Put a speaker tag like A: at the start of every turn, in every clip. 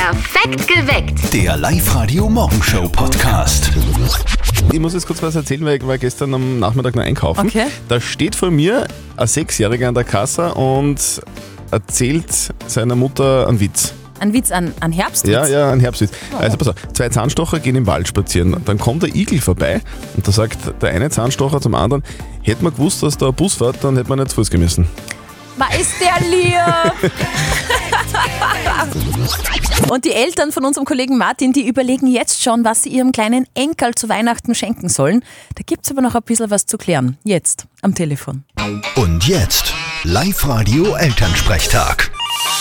A: Perfekt geweckt.
B: Der Live-Radio-Morgenshow-Podcast.
C: Ich muss jetzt kurz was erzählen, weil ich war gestern am Nachmittag noch einkaufen.
D: Okay.
C: Da steht vor mir ein 6-Jähriger an der Kasse und erzählt seiner Mutter einen Witz.
D: Ein Witz, an Herbstwitz?
C: Ja, ein Herbstwitz. Also pass auf, 2 Zahnstocher gehen im Wald spazieren. Dann kommt der Igel vorbei und da sagt der eine Zahnstocher zum anderen, hätte man gewusst, dass da ein Bus fährt, dann hätte man nicht zu Fuß gehen müssen.
D: Ist der lieb! Und die Eltern von unserem Kollegen Martin, die überlegen jetzt schon, was sie ihrem kleinen Enkel zu Weihnachten schenken sollen. Da gibt es aber noch ein bisschen was zu klären. Jetzt, am Telefon.
B: Und jetzt, Live-Radio Elternsprechtag.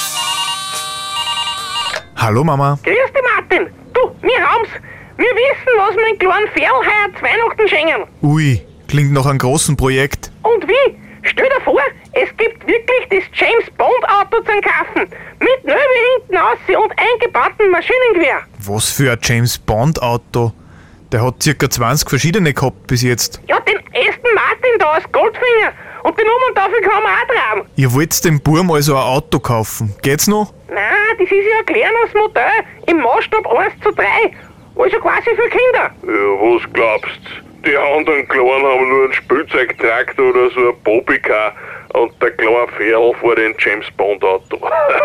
E: Hallo Mama.
F: Grüß dich, Martin. Du, wir haben's. Wir wissen, was wir den kleinen Ferl heuer zu Weihnachten schenken.
E: Ui, klingt nach einem großen Projekt.
F: Und wie? Stell dir vor, es gibt wirklich das James Bond Auto zum Kaufen. Mit Nöbel hinten raus und eingebautem Maschinengewehr.
E: Was für ein James Bond Auto. Der hat ca. 20 verschiedene gehabt bis jetzt.
F: Ja, den Aston Martin da als Goldfinger. Und die Nummern dafür kann man auch tragen.
E: Ihr wollt dem Burm also ein Auto kaufen. Geht's noch?
F: Nein, das ist ja ein kleines Modell im Maßstab 1:3. Also quasi für Kinder.
G: Ja, was glaubst? Die anderen Kleinen haben nur einen Spielzeugtraktor oder so ein Bobbycar und der kleine Ferl vor den James Bond Auto.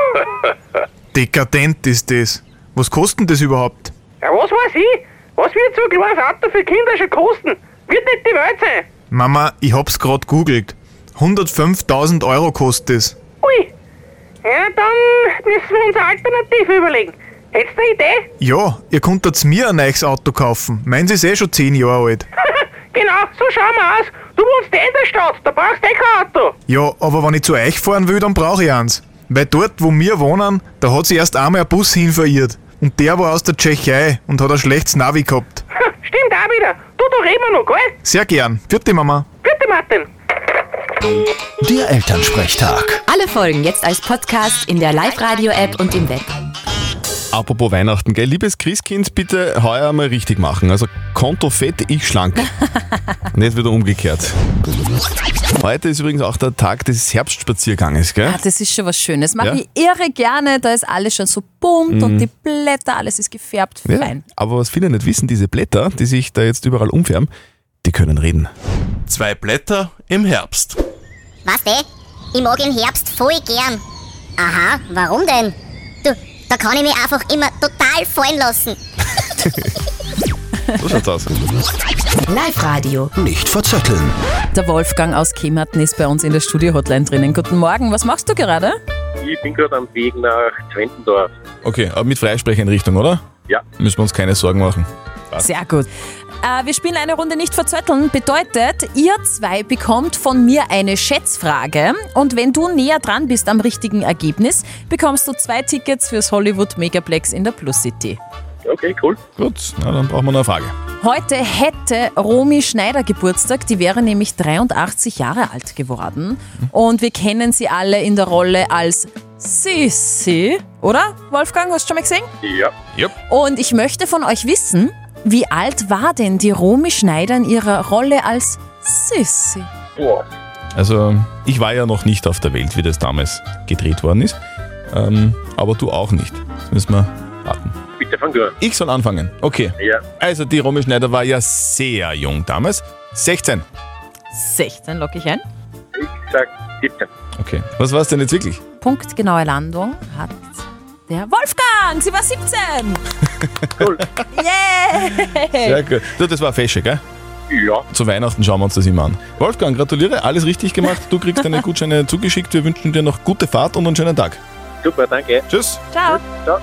E: Dekadent ist das. Was kostet das überhaupt?
F: Ja, was weiß ich? Was wird so ein kleines Auto für Kinder schon kosten? Wird nicht die Welt sein.
E: Mama, ich hab's grad googelt. 105.000 Euro kostet es.
F: Ui. Ja, dann müssen wir uns eine Alternative überlegen. Hättest du eine Idee?
E: Ja, ihr konntet mir ein neues Auto kaufen. Meins ist eh schon 10 Jahre alt.
F: Genau, so schauen wir aus. Du wohnst in der Stadt, da brauchst du eh kein Auto.
E: Ja, aber wenn ich zu euch fahren will, dann brauche ich eins. Weil dort, wo wir wohnen, da hat sich erst einmal ein Bus hin verirrt. Und der war aus der Tschechei und hat ein schlechtes Navi gehabt.
F: Stimmt auch wieder. Du, da reden wir noch, gell?
E: Sehr gern. Vierte Mama.
F: Bitte, Martin.
B: Der Elternsprechtag.
A: Alle Folgen jetzt als Podcast in der Live-Radio-App und im Web.
C: Apropos Weihnachten, gell? Liebes Christkind, bitte heuer mal richtig machen. Also Konto fett, ich schlank. Nicht wieder umgekehrt. Heute ist übrigens auch der Tag des Herbstspazierganges, gell?
D: Ah, das ist schon was Schönes. Mache ich irre gerne. Da ist alles schon so bunt und die Blätter, alles ist gefärbt.
C: Ja,
D: Fein.
C: aber was viele nicht wissen, diese Blätter, die sich da jetzt überall umfärben, die können reden.
H: 2 Blätter im Herbst.
I: Weißt du, ich mag den Herbst voll gern. Aha, warum denn? Du, da kann ich mich einfach immer total fallen lassen.
C: So schaut's aus.
A: Live-Radio.
B: Nicht verzetteln.
D: Der Wolfgang aus Kemmerten ist bei uns in der Studio-Hotline drinnen. Guten Morgen, was machst du gerade?
G: Ich bin gerade am Weg nach Zwentendorf.
C: Okay, aber mit Freisprecheinrichtung, oder?
G: Ja.
C: Müssen wir uns keine Sorgen machen.
D: Sehr gut. Wir spielen eine Runde nicht verzötteln. Bedeutet, ihr 2 bekommt von mir eine Schätzfrage. Und wenn du näher dran bist am richtigen Ergebnis, bekommst du 2 Tickets fürs Hollywood Megaplex in der Plus City.
G: Okay, cool.
C: Gut, na, dann brauchen wir noch eine Frage.
D: Heute hätte Romy Schneider Geburtstag. Die wäre nämlich 83 Jahre alt geworden. Und wir kennen sie alle in der Rolle als Sissi. Oder, Wolfgang? Hast du schon mal gesehen?
G: Ja.
C: Yep.
D: Und ich möchte von euch wissen, wie alt war denn die Romy Schneider in ihrer Rolle als Sissi?
G: Boah.
C: Also, ich war ja noch nicht auf der Welt, wie das damals gedreht worden ist. Aber du auch nicht. Jetzt müssen wir warten.
G: Bitte fang du an.
C: Ich soll anfangen. Okay.
G: Ja.
C: Also, die Romy Schneider war ja sehr jung damals. 16.
D: 16 locke ich ein.
G: Ich sag 17.
C: Okay. Was war es denn jetzt wirklich?
D: Punktgenaue Landung hat der Wolfgang. Sie war 17.
G: Cool.
D: Yeah!
C: Sehr gut. Du, das war Fesche, gell?
G: Ja.
C: Zu Weihnachten schauen wir uns das immer an. Wolfgang, gratuliere, alles richtig gemacht. Du kriegst deine Gutscheine zugeschickt. Wir wünschen dir noch gute Fahrt und einen schönen Tag.
G: Super, danke.
C: Tschüss.
D: Ciao.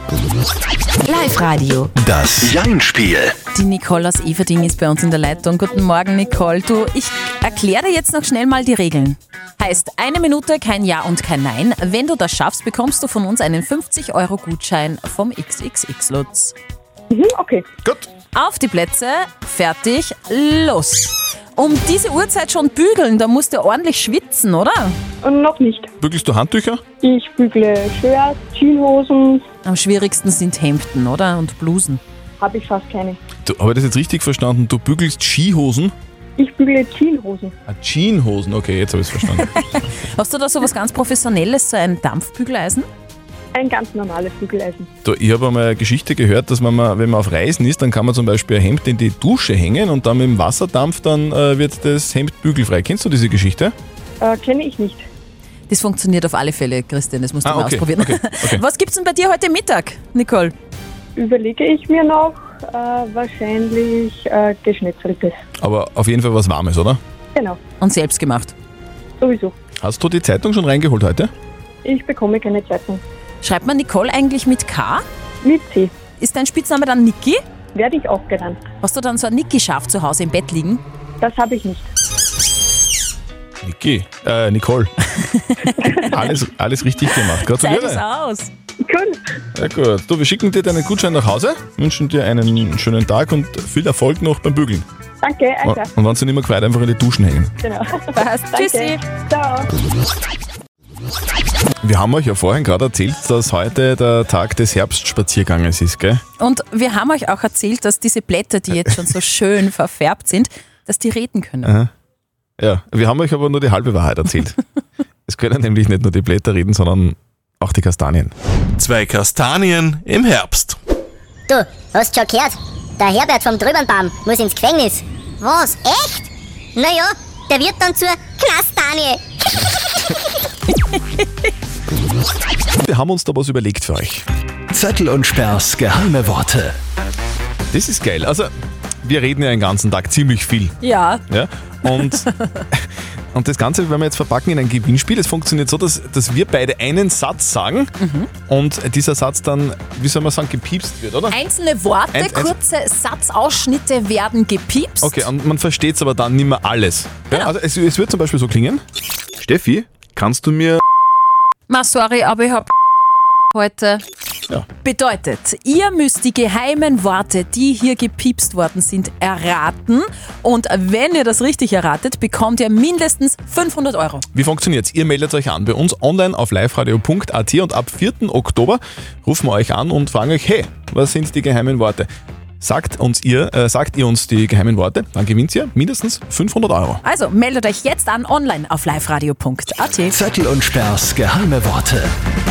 A: Live-Radio.
B: Das Jein-Spiel.
D: Die Nicole aus Everding ist bei uns in der Leitung. Guten Morgen, Nicole. Du, ich erkläre dir jetzt noch schnell mal die Regeln. Heißt, 1 Minute, kein Ja und kein Nein. Wenn du das schaffst, bekommst du von uns einen 50-Euro-Gutschein vom XXX-Lutz.
F: Okay.
C: Gut.
D: Auf die Plätze, fertig, los. Um diese Uhrzeit schon bügeln, da musst du ordentlich schwitzen, oder?
F: Noch nicht.
C: Bügelst du Handtücher?
F: Ich bügle Shirts, Jeanshosen.
D: Am schwierigsten sind Hemden, oder? Und Blusen.
F: Habe ich fast keine.
C: Du, habe ich das jetzt richtig verstanden? Du bügelst Skihosen?
F: Ich bügle Jeanshosen.
C: Jeanshosen, okay, jetzt habe ich es verstanden.
D: Hast du da so was ganz Professionelles, so ein Dampfbügeleisen?
J: Ein ganz normales Bügeleisen.
C: Du, ich habe einmal eine Geschichte gehört, dass wenn man auf Reisen ist, dann kann man zum Beispiel ein Hemd in die Dusche hängen und dann mit dem Wasserdampf dann wird das Hemd bügelfrei. Kennst du diese Geschichte?
J: Kenne ich nicht.
D: Das funktioniert auf alle Fälle, Christian, das musst du mal
C: okay,
D: ausprobieren.
C: okay.
D: Was gibt's denn bei dir heute Mittag, Nicole?
J: Überlege ich mir noch, wahrscheinlich Geschnetzeltes.
C: Aber auf jeden Fall was Warmes, oder?
J: Genau,
D: Und selbst gemacht.
J: sowieso.
C: Hast du die Zeitung schon reingeholt heute?
J: Ich bekomme keine Zeitung.
D: Schreibt man Nicole eigentlich mit K?
J: Mit C.
D: Ist dein Spitzname dann Niki?
J: Werde ich auch genannt.
D: Hast du dann so ein Niki-Schaf zu Hause im Bett liegen?
J: Das habe ich nicht.
C: Nicole. alles richtig gemacht.
D: Zeig es
C: Gratuliere.
D: aus.
J: Cool.
C: Ja gut. Du, wir schicken dir deinen Gutschein nach Hause, wünschen dir einen schönen Tag und viel Erfolg noch beim Bügeln.
J: Danke, Alter.
C: Und wenn es nicht mehr gefällt, einfach in die Duschen hängen.
J: Genau.
D: Passt.
J: Danke.
D: Tschüssi.
J: Ciao.
C: Wir haben euch ja vorhin gerade erzählt, dass heute der Tag des Herbstspazierganges ist, gell?
D: Und wir haben euch auch erzählt, dass diese Blätter, die jetzt schon so schön verfärbt sind, dass die reden können.
C: Aha. Ja, wir haben euch aber nur die halbe Wahrheit erzählt. Es können nämlich nicht nur die Blätter reden, sondern auch die Kastanien.
H: 2 Kastanien im Herbst.
I: Du, hast schon gehört? Der Herbert vom Drübernbaum muss ins Gefängnis. Was? Echt? Naja, der wird dann zur Kastanie.
C: Wir haben uns da was überlegt für euch.
B: Zettel und Sperrs geheime Worte.
C: Das ist geil. Also, wir reden ja den ganzen Tag ziemlich viel.
D: Ja.
C: Ja? Und das Ganze werden wir jetzt verpacken in ein Gewinnspiel. Es funktioniert so, dass wir beide einen Satz sagen und dieser Satz dann, wie soll man sagen, gepiepst wird, oder?
D: Einzelne Worte, kurze Satzausschnitte werden gepiepst.
C: Okay, und man versteht es aber dann nicht mehr alles. Ja,
D: Genau.
C: also es wird zum Beispiel so klingen. Steffi, kannst du mir...
D: Ma, sorry, aber ich hab heute...
C: Ja.
D: Bedeutet, ihr müsst die geheimen Worte, die hier gepiepst worden sind, erraten. Und wenn ihr das richtig erratet, bekommt ihr mindestens 500 €.
C: Wie funktioniert's? Ihr meldet euch an bei uns online auf liveradio.at und ab 4. Oktober rufen wir euch an und fragen euch, hey, was sind die geheimen Worte? Sagt ihr uns die geheimen Worte, dann gewinnt ihr mindestens 500 €.
D: Also meldet euch jetzt an online auf liveradio.at.
B: Zettel und Sperrs geheime Worte.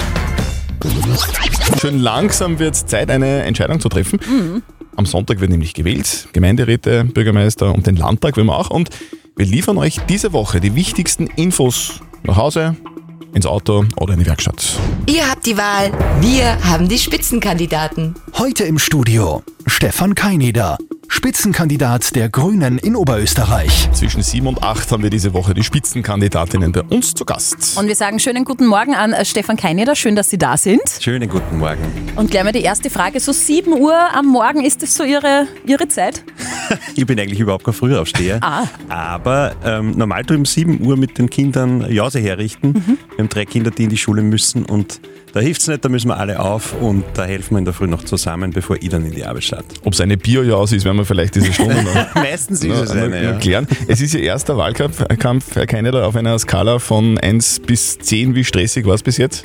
C: Schön langsam wird es Zeit, eine Entscheidung zu treffen. Am Sonntag wird nämlich gewählt, Gemeinderäte, Bürgermeister und den Landtag wollen wir auch. Und wir liefern euch diese Woche die wichtigsten Infos nach Hause, ins Auto oder in die Werkstatt.
A: Ihr habt die Wahl, wir haben die Spitzenkandidaten.
B: Heute im Studio Stefan Kaineder, Spitzenkandidat der Grünen in Oberösterreich.
C: Zwischen 7 und 8 haben wir diese Woche die Spitzenkandidatinnen bei uns zu Gast.
D: Und wir sagen schönen guten Morgen an Stefan Kaineder. Schön, dass Sie da sind.
K: Schönen guten Morgen.
D: Und gleich mal die erste Frage. So 7 Uhr am Morgen, ist das so Ihre Zeit?
K: Ich bin eigentlich überhaupt kein Frühaufsteher. Aber normal tue ich um 7 Uhr mit den Kindern Jause herrichten. Wir haben 3 Kinder, die in die Schule müssen und da hilft es nicht, da müssen wir alle auf und da helfen wir in der Früh noch zusammen, bevor ich dann in die Arbeit starte.
C: Ob es eine Bio-Jause ist, werden wir vielleicht diese Stunde noch
K: Meistens ist es eine, ja.
C: klären. Es ist Ihr erster Wahlkampf, Herr Kaineder, auf einer Skala von 1 bis 10. Wie stressig war es bis jetzt?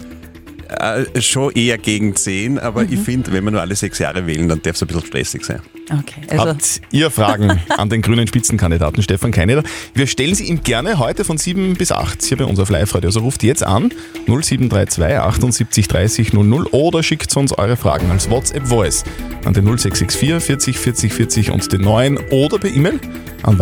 K: Schon eher gegen 10, aber ich finde, wenn wir nur alle 6 Jahre wählen, dann darf es ein bisschen stressig sein.
D: Okay, also
C: Habt ihr Fragen an den grünen Spitzenkandidaten Stefan Kaineder? Wir stellen sie ihm gerne heute von 7 bis 8 hier bei uns auf Live-Radio. Also ruft jetzt an 0732 78 30 00 oder schickt uns eure Fragen als WhatsApp-Voice an den 0664 40 40 40 und den 9 oder per E-Mail an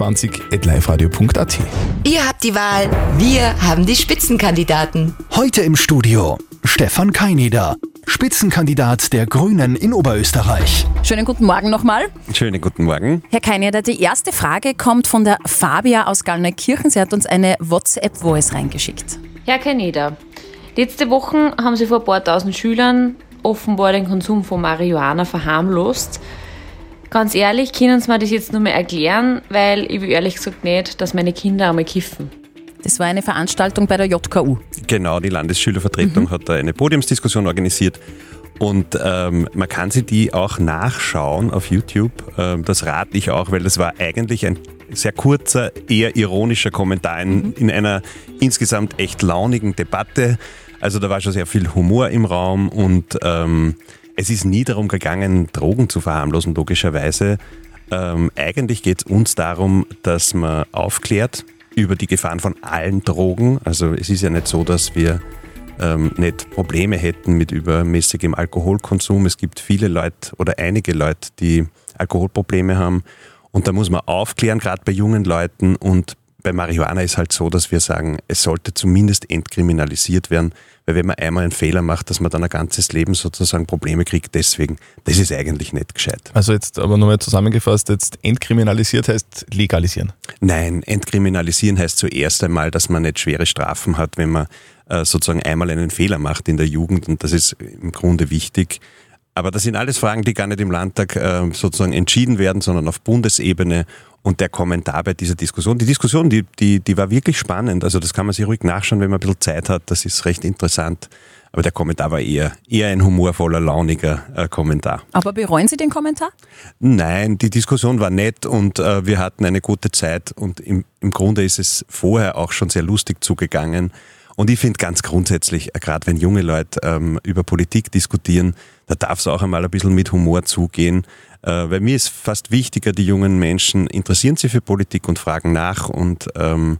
C: wahl21@liveradio.at.
A: Ihr habt die Wahl, wir haben die Spitzenkandidaten.
B: Heute im Studio Stefan Kaineder, Spitzenkandidat der Grünen in Oberösterreich.
D: schönen guten Morgen nochmal.
K: Schönen guten Morgen.
D: Herr Kaineder, die erste Frage kommt von der Fabia aus Gallneukirchen. Sie hat uns eine WhatsApp-Voice reingeschickt.
L: Herr Kaineder, letzte Woche haben Sie vor ein paar tausend Schülern offenbar den Konsum von Marihuana verharmlost. Ganz ehrlich, können Sie mir das jetzt nur mal erklären, weil ich will ehrlich gesagt nicht, dass meine Kinder einmal kiffen.
D: Das war eine Veranstaltung bei der JKU.
K: Genau, die Landesschülervertretung hat da eine Podiumsdiskussion organisiert und man kann sich die auch nachschauen auf YouTube. Das rate ich auch, weil das war eigentlich ein sehr kurzer, eher ironischer Kommentar in einer insgesamt echt launigen Debatte. Also da war schon sehr viel Humor im Raum und es ist nie darum gegangen, Drogen zu verharmlosen, logischerweise. Eigentlich geht es uns darum, dass man aufklärt über die Gefahren von allen Drogen. Also es ist ja nicht so, dass wir nicht Probleme hätten mit übermäßigem Alkoholkonsum. Es gibt viele Leute oder einige Leute, die Alkoholprobleme haben. Und da muss man aufklären, gerade bei jungen Leuten. Und bei Marihuana ist halt so, dass wir sagen, es sollte zumindest entkriminalisiert werden, weil wenn man einmal einen Fehler macht, dass man dann ein ganzes Leben sozusagen Probleme kriegt, deswegen, das ist eigentlich nicht gescheit.
C: Also jetzt aber nochmal zusammengefasst, jetzt entkriminalisiert heißt legalisieren?
K: Nein, entkriminalisieren heißt zuerst einmal, dass man nicht schwere Strafen hat, wenn man sozusagen einmal einen Fehler macht in der Jugend, und das ist im Grunde wichtig. Aber das sind alles Fragen, die gar nicht im Landtag sozusagen entschieden werden, sondern auf Bundesebene. Und der Kommentar bei dieser Diskussion, die war wirklich spannend. Also das kann man sich ruhig nachschauen, wenn man ein bisschen Zeit hat. Das ist recht interessant. Aber der Kommentar war eher ein humorvoller, launiger Kommentar.
D: Aber bereuen Sie den Kommentar?
K: Nein, die Diskussion war nett und wir hatten eine gute Zeit. Und im Grunde ist es vorher auch schon sehr lustig zugegangen. Und ich finde ganz grundsätzlich, gerade wenn junge Leute über Politik diskutieren, da darf es auch einmal ein bisschen mit Humor zugehen. Weil mir ist fast wichtiger, die jungen Menschen interessieren sich für Politik und fragen nach, und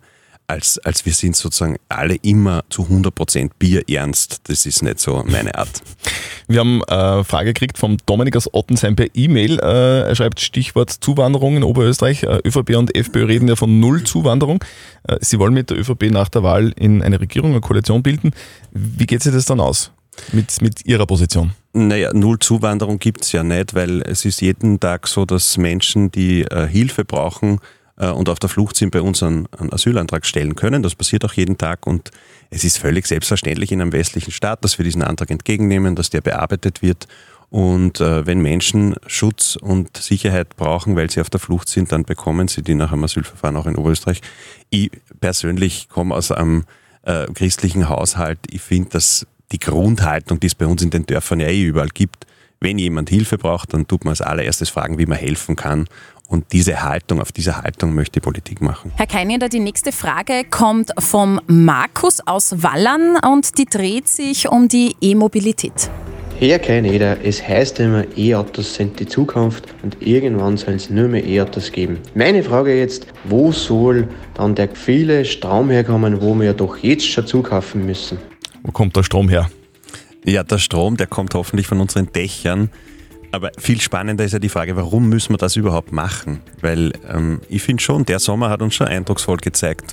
K: als wir sind sozusagen alle immer zu 100% bierernst. Das ist nicht so meine Art.
C: Wir haben eine Frage gekriegt vom Dominik aus Ottensheim per E-Mail. Er schreibt Stichwort Zuwanderung in Oberösterreich. ÖVP und FPÖ reden ja von Null Zuwanderung. Sie wollen mit der ÖVP nach der Wahl in eine Regierung, eine Koalition bilden. Wie geht sich das dann aus mit Ihrer Position?
K: Naja, Null Zuwanderung gibt es ja nicht, weil es ist jeden Tag so, dass Menschen, die Hilfe brauchen und auf der Flucht sind, bei uns einen Asylantrag stellen können. Das passiert auch jeden Tag, und es ist völlig selbstverständlich in einem westlichen Staat, dass wir diesen Antrag entgegennehmen, dass der bearbeitet wird. Und wenn Menschen Schutz und Sicherheit brauchen, weil sie auf der Flucht sind, dann bekommen sie die nach einem Asylverfahren auch in Oberösterreich. Ich persönlich komme aus einem christlichen Haushalt. Ich finde, dass die Grundhaltung, die es bei uns in den Dörfern ja überall gibt, wenn jemand Hilfe braucht, dann tut man als allererstes fragen, wie man helfen kann. Und auf diese Haltung möchte ich Politik machen.
D: Herr Keineder, die nächste Frage kommt vom Markus aus Wallern und die dreht sich um die E-Mobilität.
M: Herr Keineder, es heißt immer, E-Autos sind die Zukunft und irgendwann soll es nur mehr E-Autos geben. Meine Frage jetzt, wo soll dann der viele Strom herkommen, wo wir ja doch jetzt schon zukaufen müssen?
C: Wo kommt der Strom her?
K: Ja, der Strom, der kommt hoffentlich von unseren Dächern. Aber viel spannender ist ja die Frage, warum müssen wir das überhaupt machen? Weil ich finde schon, der Sommer hat uns schon eindrucksvoll gezeigt,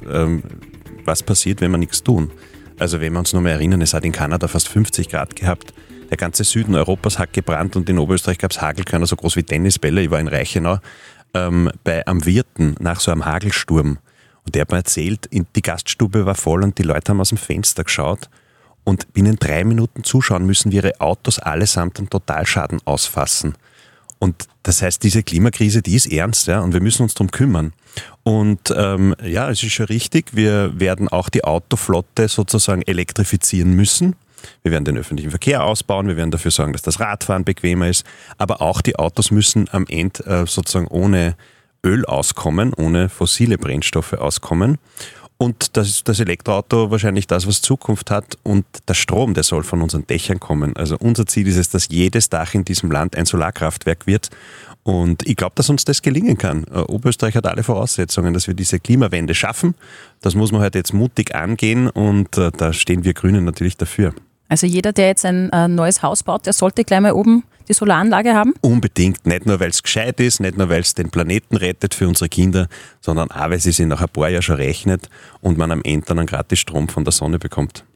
K: was passiert, wenn wir nichts tun. Also wenn wir uns noch mal erinnern, es hat in Kanada fast 50 Grad gehabt. Der ganze Süden Europas hat gebrannt und in Oberösterreich gab es Hagelkörner so groß wie Tennisbälle. Ich war in Reichenau am Wirten nach so einem Hagelsturm. Und der hat mir erzählt, die Gaststube war voll und die Leute haben aus dem Fenster geschaut. Und binnen 3 Minuten zuschauen müssen wir ihre Autos allesamt einen Totalschaden ausfassen. Und das heißt, diese Klimakrise, die ist ernst, ja, und wir müssen uns darum kümmern. Und ja, es ist schon richtig, wir werden auch die Autoflotte sozusagen elektrifizieren müssen. Wir werden den öffentlichen Verkehr ausbauen, wir werden dafür sorgen, dass das Radfahren bequemer ist. Aber auch die Autos müssen am Ende sozusagen ohne Öl auskommen, ohne fossile Brennstoffe auskommen. Und das ist das Elektroauto wahrscheinlich das, was Zukunft hat. Und der Strom, der soll von unseren Dächern kommen. Also unser Ziel ist es, dass jedes Dach in diesem Land ein Solarkraftwerk wird. Und ich glaube, dass uns das gelingen kann. Oberösterreich hat alle Voraussetzungen, dass wir diese Klimawende schaffen. Das muss man halt jetzt mutig angehen und da stehen wir Grünen natürlich dafür.
D: Also jeder, der jetzt ein neues Haus baut, der sollte gleich mal oben die Solaranlage haben?
K: Unbedingt, nicht nur weil es gescheit ist, nicht nur weil es den Planeten rettet für unsere Kinder, sondern auch weil sie sich nach ein paar Jahren schon rechnet und man am Ende dann einen gratis Strom von der Sonne bekommt.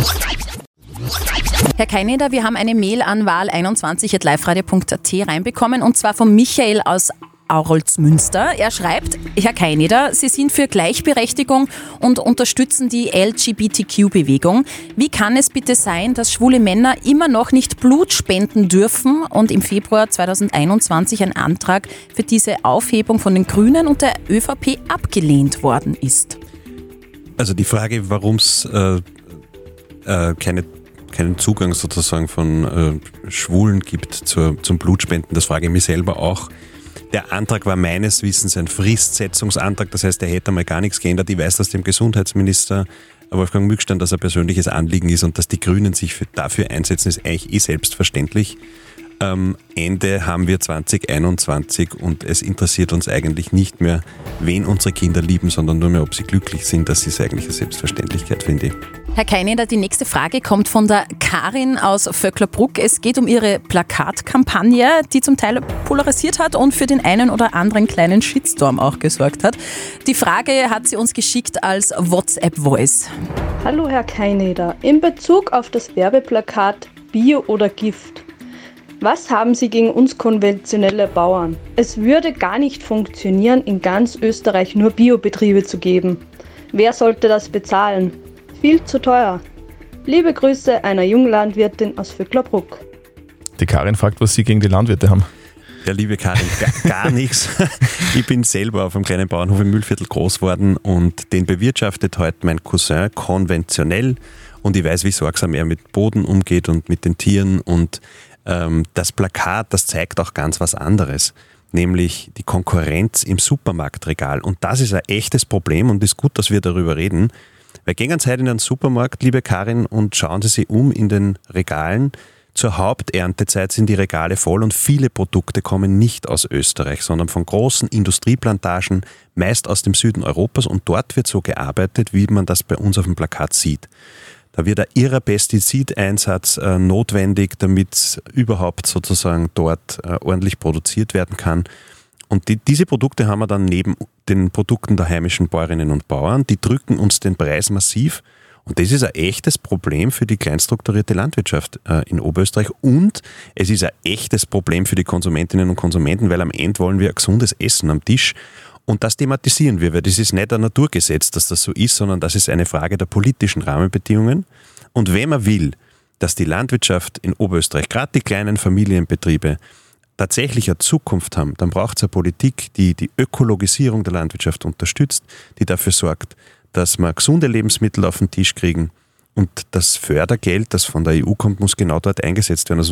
D: Herr Keineder, wir haben eine Mail an wahl21@liveradio.at reinbekommen, und zwar von Michael aus Aurolzmünster. Er schreibt, Herr Keineder, Sie sind für Gleichberechtigung und unterstützen die LGBTQ-Bewegung. Wie kann es bitte sein, dass schwule Männer immer noch nicht Blut spenden dürfen und im Februar 2021 ein Antrag für diese Aufhebung von den Grünen und der ÖVP abgelehnt worden ist?
K: Also die Frage, warum es keinen Zugang sozusagen von Schwulen gibt zum Blutspenden, das frage ich mich selber auch. Der Antrag war meines Wissens ein Fristsetzungsantrag, das heißt, er hätte einmal gar nichts geändert. Ich weiß, dass dem Gesundheitsminister Wolfgang Mückstein das ein persönliches Anliegen ist und dass die Grünen sich dafür einsetzen, ist eigentlich selbstverständlich. Ende haben wir 2021 und es interessiert uns eigentlich nicht mehr, wen unsere Kinder lieben, sondern nur mehr, ob sie glücklich sind. Das ist eigentlich eine Selbstverständlichkeit, finde ich.
D: Herr Keineder, die nächste Frage kommt von der Karin aus Vöcklerbruck. Es geht um ihre Plakatkampagne, die zum Teil polarisiert hat und für den einen oder anderen kleinen Shitstorm auch gesorgt hat. Die Frage hat sie uns geschickt als WhatsApp-Voice.
J: Hallo Herr Keineder, in Bezug auf das Werbeplakat Bio oder Gift. Was haben Sie gegen uns konventionelle Bauern? Es würde gar nicht funktionieren, in ganz Österreich nur Biobetriebe zu geben. Wer sollte das bezahlen? Viel zu teuer. Liebe Grüße einer Junglandwirtin aus Vöcklerbruck.
C: Die Karin fragt, was Sie gegen die Landwirte haben.
K: Ja, liebe Karin, gar nichts. Ich bin selber auf einem kleinen Bauernhof im Mühlviertel groß geworden und den bewirtschaftet heute mein Cousin konventionell und ich weiß, wie sorgsam er mit Boden umgeht und mit den Tieren und das Plakat, das zeigt auch ganz was anderes, nämlich die Konkurrenz im Supermarktregal und das ist ein echtes Problem und es ist gut, dass wir darüber reden. Wir gehen heute in den Supermarkt, liebe Karin, und schauen Sie sich um in den Regalen. Zur Haupterntezeit sind die Regale voll und viele Produkte kommen nicht aus Österreich, sondern von großen Industrieplantagen, meist aus dem Süden Europas und dort wird so gearbeitet, wie man das bei uns auf dem Plakat sieht. Da wird ein irrer Pestizideinsatz notwendig, damit überhaupt sozusagen dort ordentlich produziert werden kann. Und diese Produkte haben wir dann neben den Produkten der heimischen Bäuerinnen und Bauern, die drücken uns den Preis massiv. Und das ist ein echtes Problem für die kleinstrukturierte Landwirtschaft in Oberösterreich und es ist ein echtes Problem für die Konsumentinnen und Konsumenten, weil am Ende wollen wir ein gesundes Essen am Tisch und das thematisieren wir, weil das ist nicht ein Naturgesetz, dass das so ist, sondern das ist eine Frage der politischen Rahmenbedingungen. Und wenn man will, dass die Landwirtschaft in Oberösterreich, gerade die kleinen Familienbetriebe, tatsächlich eine Zukunft haben, dann braucht es eine Politik, die die Ökologisierung der Landwirtschaft unterstützt, die dafür sorgt, dass wir gesunde Lebensmittel auf den Tisch kriegen und das Fördergeld, das von der EU kommt, muss genau dort eingesetzt werden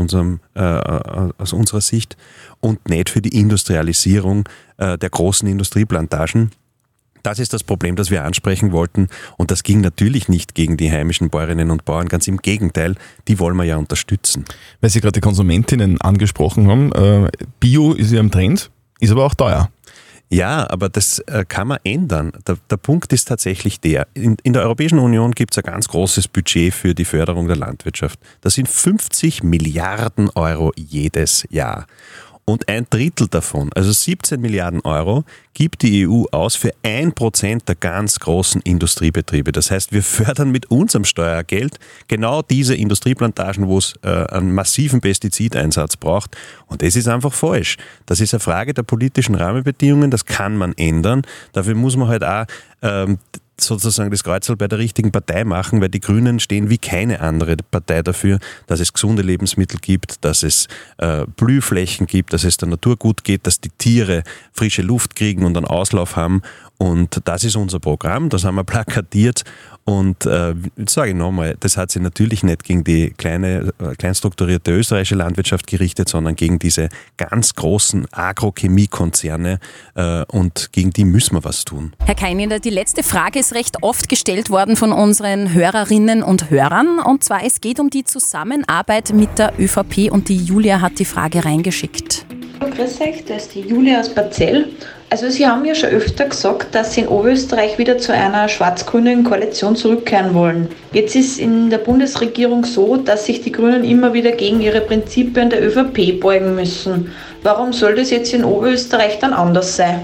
K: aus unserer Sicht und nicht für die Industrialisierung der großen Industrieplantagen. Das ist das Problem, das wir ansprechen wollten und das ging natürlich nicht gegen die heimischen Bäuerinnen und Bauern, ganz im Gegenteil, die wollen wir ja unterstützen.
C: Weil Sie gerade die Konsumentinnen angesprochen haben, Bio ist ja im Trend, ist aber auch teuer.
K: Ja, aber das kann man ändern. Der Punkt ist tatsächlich der, in der Europäischen Union gibt es ein ganz großes Budget für die Förderung der Landwirtschaft. Das sind 50 Milliarden Euro jedes Jahr. Und ein Drittel davon, also 17 Milliarden Euro, gibt die EU aus für 1% der ganz großen Industriebetriebe. Das heißt, wir fördern mit unserem Steuergeld genau diese Industrieplantagen, wo es einen massiven Pestizideinsatz braucht. Und das ist einfach falsch. Das ist eine Frage der politischen Rahmenbedingungen, das kann man ändern. Dafür muss man halt auch sozusagen das Kreuzel bei der richtigen Partei machen, weil die Grünen stehen wie keine andere Partei dafür, dass es gesunde Lebensmittel gibt, dass es Blühflächen gibt, dass es der Natur gut geht, dass die Tiere frische Luft kriegen und einen Auslauf haben. Und das ist unser Programm, das haben wir plakatiert und jetzt sage ich nochmal, das hat sich natürlich nicht gegen die kleinstrukturierte österreichische Landwirtschaft gerichtet, sondern gegen diese ganz großen Agrochemiekonzerne und gegen die müssen wir was tun.
D: Herr Keineder, die letzte Frage ist recht oft gestellt worden von unseren Hörerinnen und Hörern und zwar es geht um die Zusammenarbeit mit der ÖVP und die Julia hat die Frage reingeschickt.
N: Grüß euch, das ist die Julia aus Barzell. Also Sie haben ja schon öfter gesagt, dass Sie in Oberösterreich wieder zu einer schwarz-grünen Koalition zurückkehren wollen. Jetzt ist in der Bundesregierung so, dass sich die Grünen immer wieder gegen ihre Prinzipien der ÖVP beugen müssen. Warum soll das jetzt in Oberösterreich dann anders sein?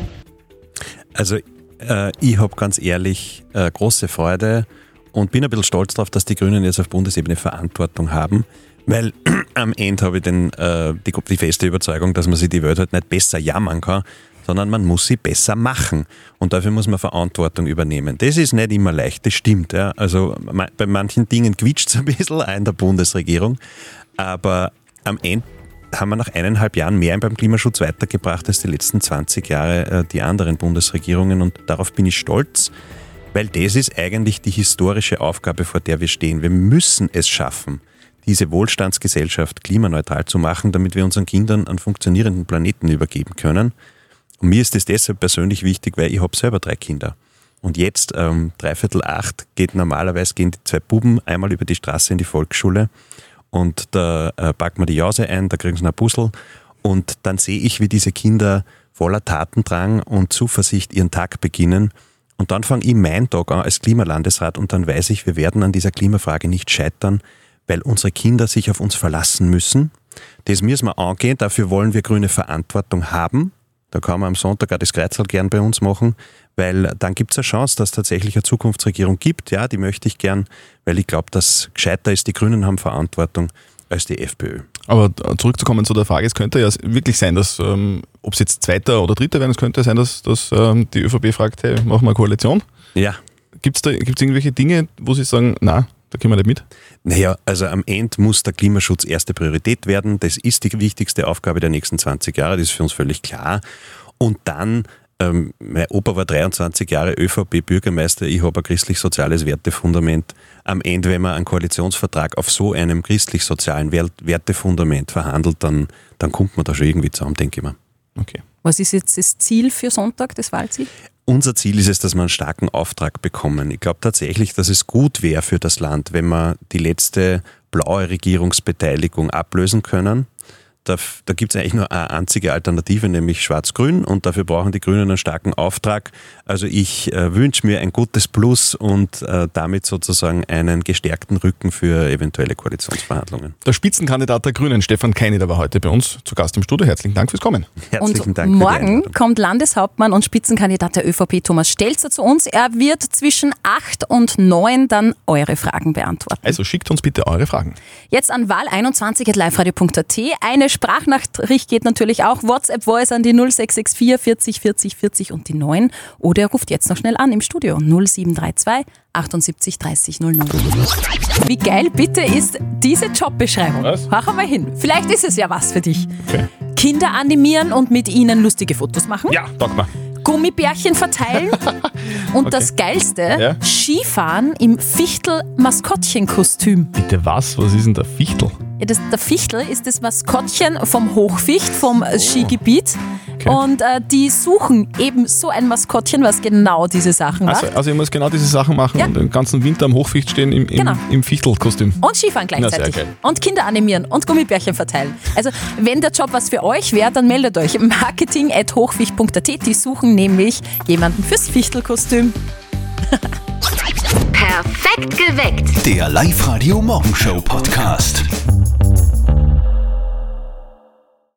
K: Also ich habe ganz ehrlich große Freude und bin ein bisschen stolz darauf, dass die Grünen jetzt auf Bundesebene Verantwortung haben. Weil am Ende habe ich die feste Überzeugung, dass man sich die Welt halt nicht besser jammern kann, sondern man muss sie besser machen. Und dafür muss man Verantwortung übernehmen. Das ist nicht immer leicht, das stimmt. Ja. Also bei manchen Dingen quietscht es ein bisschen auch in der Bundesregierung. Aber am Ende haben wir nach 1,5 Jahren mehr beim Klimaschutz weitergebracht als die letzten 20 Jahre die anderen Bundesregierungen. Und darauf bin ich stolz, weil das ist eigentlich die historische Aufgabe, vor der wir stehen. Wir müssen es schaffen, diese Wohlstandsgesellschaft klimaneutral zu machen, damit wir unseren Kindern einen funktionierenden Planeten übergeben können. Und mir ist das deshalb persönlich wichtig, weil ich habe selber 3 Kinder. Und jetzt, 7:45, gehen die 2 Buben einmal über die Straße in die Volksschule und da packen wir die Jause ein, da kriegen sie einen Puzzle und dann sehe ich, wie diese Kinder voller Tatendrang und Zuversicht ihren Tag beginnen. Und dann fange ich meinen Tag an als Klimalandesrat und dann weiß ich, wir werden an dieser Klimafrage nicht scheitern, weil unsere Kinder sich auf uns verlassen müssen. Das müssen wir angehen, dafür wollen wir grüne Verantwortung haben. Da kann man am Sonntag auch das Kreuzerl gern bei uns machen, weil dann gibt es eine Chance, dass es tatsächlich eine Zukunftsregierung gibt. Ja, die möchte ich gern, weil ich glaube, dass gescheiter ist, die Grünen haben Verantwortung als die FPÖ.
C: Aber zurückzukommen zu der Frage, es könnte ja wirklich sein, dass, ob es jetzt Zweiter oder Dritter werden, es könnte sein, dass die ÖVP fragt, hey, machen wir eine Koalition?
K: Ja.
C: Gibt's irgendwelche Dinge, wo Sie sagen, na, da gehen wir nicht mit?
K: Naja, also am Ende muss der Klimaschutz erste Priorität werden. Das ist die wichtigste Aufgabe der nächsten 20 Jahre, das ist für uns völlig klar. Und dann, mein Opa war 23 Jahre ÖVP-Bürgermeister, ich habe ein christlich-soziales Wertefundament. Am Ende, wenn man einen Koalitionsvertrag auf so einem christlich-sozialen Wertefundament verhandelt, dann kommt man da schon irgendwie zusammen, denke ich mal.
C: Okay.
D: Was ist jetzt das Ziel für Sonntag, das Wahlziel?
K: Unser Ziel ist es, dass wir einen starken Auftrag bekommen. Ich glaube tatsächlich, dass es gut wäre für das Land, wenn wir die letzte blaue Regierungsbeteiligung ablösen können. Da gibt es eigentlich nur eine einzige Alternative, nämlich Schwarz-Grün, und dafür brauchen die Grünen einen starken Auftrag. Also ich wünsche mir ein gutes Plus und damit sozusagen einen gestärkten Rücken für eventuelle Koalitionsverhandlungen.
C: Der Spitzenkandidat der Grünen, Stefan Keineeder, war heute bei uns zu Gast im Studio. Herzlichen Dank fürs Kommen.
K: Herzlichen Dank.
D: Und morgen kommt Landeshauptmann und Spitzenkandidat der ÖVP Thomas Stelzer zu uns. Er wird zwischen 8 und 9 dann eure Fragen beantworten.
C: Also schickt uns bitte eure Fragen.
D: Jetzt an wahl21@liveradio.at. Eine Sprachnachricht geht natürlich auch. WhatsApp-Voice an die 0664 40 40 40 und die 9. Oder er ruft jetzt noch schnell an im Studio 0732 78 30 00. Wie geil bitte ist diese Jobbeschreibung?
C: Was?
D: Hör mal hin. Vielleicht ist es ja was für dich.
C: Okay.
D: Kinder animieren und mit ihnen lustige Fotos machen.
C: Ja, sag mal.
D: Gummibärchen verteilen. Und das Geilste, Skifahren im Fichtel-Maskottchenkostüm.
C: Bitte was? Was ist denn der Fichtel?
D: Ja, der Fichtel ist das Maskottchen vom Hochficht, vom Skigebiet. Okay. Und die suchen eben so ein Maskottchen, was genau diese Sachen macht.
C: Also ich muss genau diese Sachen machen und den ganzen Winter am Hochficht stehen im Fichtelkostüm.
D: Und Skifahren gleichzeitig. Und Kinder animieren und Gummibärchen verteilen. Also wenn der Job was für euch wäre, dann meldet euch. marketing@hochficht.at. Die suchen nämlich jemanden fürs Fichtelkostüm.
A: Perfekt geweckt.
B: Der Live-Radio Morgenshow Podcast.